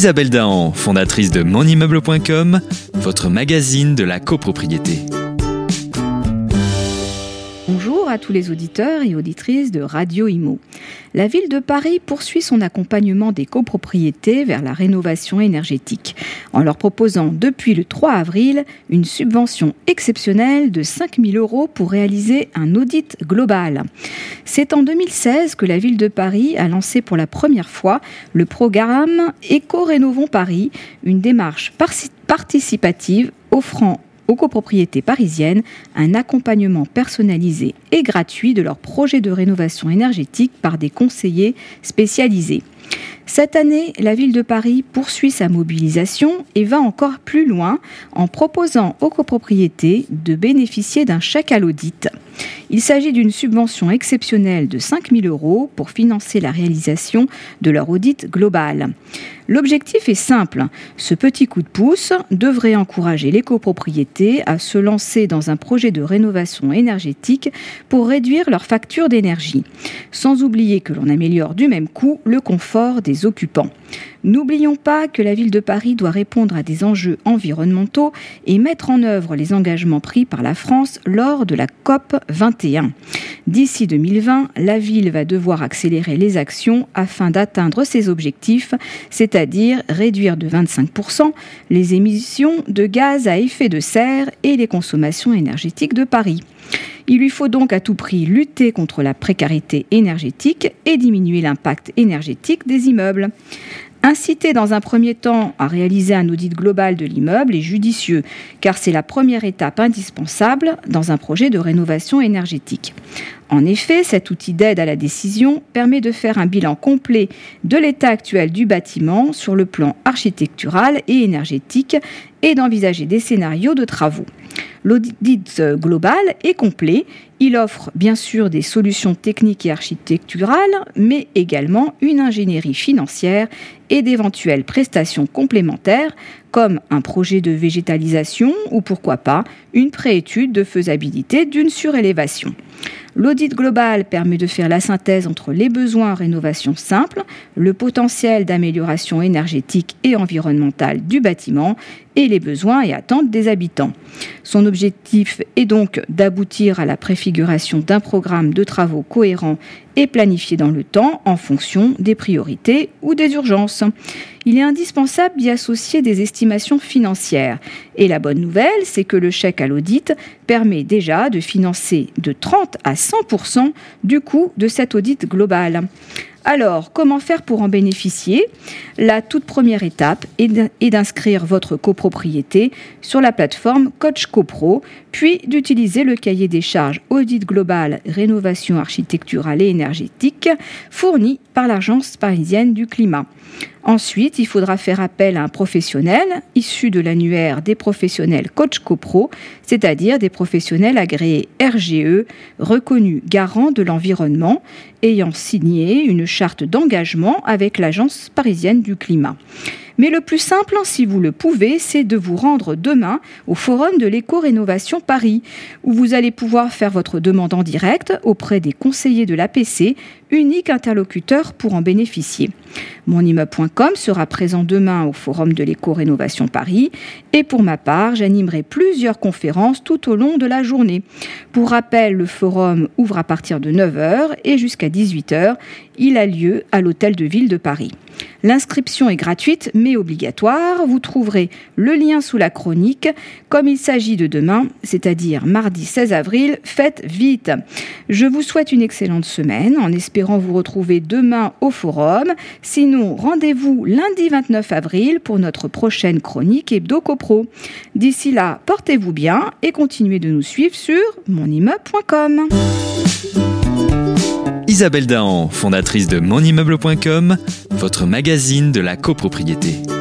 Isabelle Dahan, fondatrice de monimmeuble.com, votre magazine de la copropriété. Bonjour à tous les auditeurs et auditrices de Radio Imo. La ville de Paris poursuit son accompagnement des copropriétés vers la rénovation énergétique en leur proposant depuis le 3 avril une subvention exceptionnelle de 5 000 € pour réaliser un audit global. C'est en 2016 que la ville de Paris a lancé pour la première fois le programme Éco-Rénovons Paris, une démarche participative offrant aux copropriétés parisiennes un accompagnement personnalisé et gratuit de leurs projets de rénovation énergétique par des conseillers spécialisés. Cette année, la ville de Paris poursuit sa mobilisation et va encore plus loin en proposant aux copropriétés de bénéficier d'un chèque à l'audit. Il s'agit d'une subvention exceptionnelle de 5 000 € pour financer la réalisation de leur audit global. L'objectif est simple. Ce petit coup de pouce devrait encourager les copropriétés à se lancer dans un projet de rénovation énergétique pour réduire leur facture d'énergie. Sans oublier que l'on améliore du même coup le confort des occupants. N'oublions pas que la ville de Paris doit répondre à des enjeux environnementaux et mettre en œuvre les engagements pris par la France lors de la COP 21. D'ici 2020, la ville va devoir accélérer les actions afin d'atteindre ses objectifs, c'est-à-dire réduire de 25% les émissions de gaz à effet de serre et les consommations énergétiques de Paris. Il lui faut donc à tout prix lutter contre la précarité énergétique et diminuer l'impact énergétique des immeubles. Inciter dans un premier temps à réaliser un audit global de l'immeuble est judicieux, car c'est la première étape indispensable dans un projet de rénovation énergétique. En effet, cet outil d'aide à la décision permet de faire un bilan complet de l'état actuel du bâtiment sur le plan architectural et énergétique et d'envisager des scénarios de travaux. L'audit global est complet. Il offre bien sûr des solutions techniques et architecturales, mais également une ingénierie financière et d'éventuelles prestations complémentaires comme un projet de végétalisation ou pourquoi pas une préétude de faisabilité d'une surélévation. L'audit global permet de faire la synthèse entre les besoins en rénovation simple, le potentiel d'amélioration énergétique et environnementale du bâtiment et les besoins et attentes des habitants. Son objectif est donc d'aboutir à la préfiguration d'un programme de travaux cohérent et planifié dans le temps en fonction des priorités ou des urgences. Il est indispensable d'y associer des estimations financières. Et la bonne nouvelle, c'est que le chèque à l'audit permet déjà de financer de 30 à 100% du coût de cet audit global. Alors, comment faire pour en bénéficier ? La toute première étape est d'inscrire votre copropriété sur la plateforme Coach Copro, puis d'utiliser le cahier des charges Audit Global, Rénovation architecturale et énergétique fourni par l'Agence parisienne du climat. Ensuite, il faudra faire appel à un professionnel issu de l'annuaire des professionnels Coach Copro, c'est-à-dire des professionnels agréés RGE, reconnus garants de l'environnement, ayant signé une charte d'engagement avec l'Agence parisienne du climat. Mais le plus simple, si vous le pouvez, c'est de vous rendre demain au Forum de l'éco-rénovation Paris, où vous allez pouvoir faire votre demande en direct auprès des conseillers de l'APC, unique interlocuteur pour en bénéficier. Monimmeuble.com sera présent demain au Forum de l'éco-rénovation Paris et pour ma part, j'animerai plusieurs conférences tout au long de la journée. Pour rappel, le forum ouvre à partir de 9h et jusqu'à 18h. Il a lieu à l'Hôtel de Ville de Paris. L'inscription est gratuite mais obligatoire. Vous trouverez le lien sous la chronique. Comme il s'agit de demain, c'est-à-dire mardi 16 avril, faites vite. Je vous souhaite une excellente semaine en espérant vous retrouver demain au forum. Sinon, rendez-vous lundi 29 avril pour notre prochaine chronique Hebdo Copro. D'ici là, portez-vous bien et continuez de nous suivre sur monimmeuble.com. Isabelle Dahan, fondatrice de monimmeuble.com, votre magazine de la copropriété.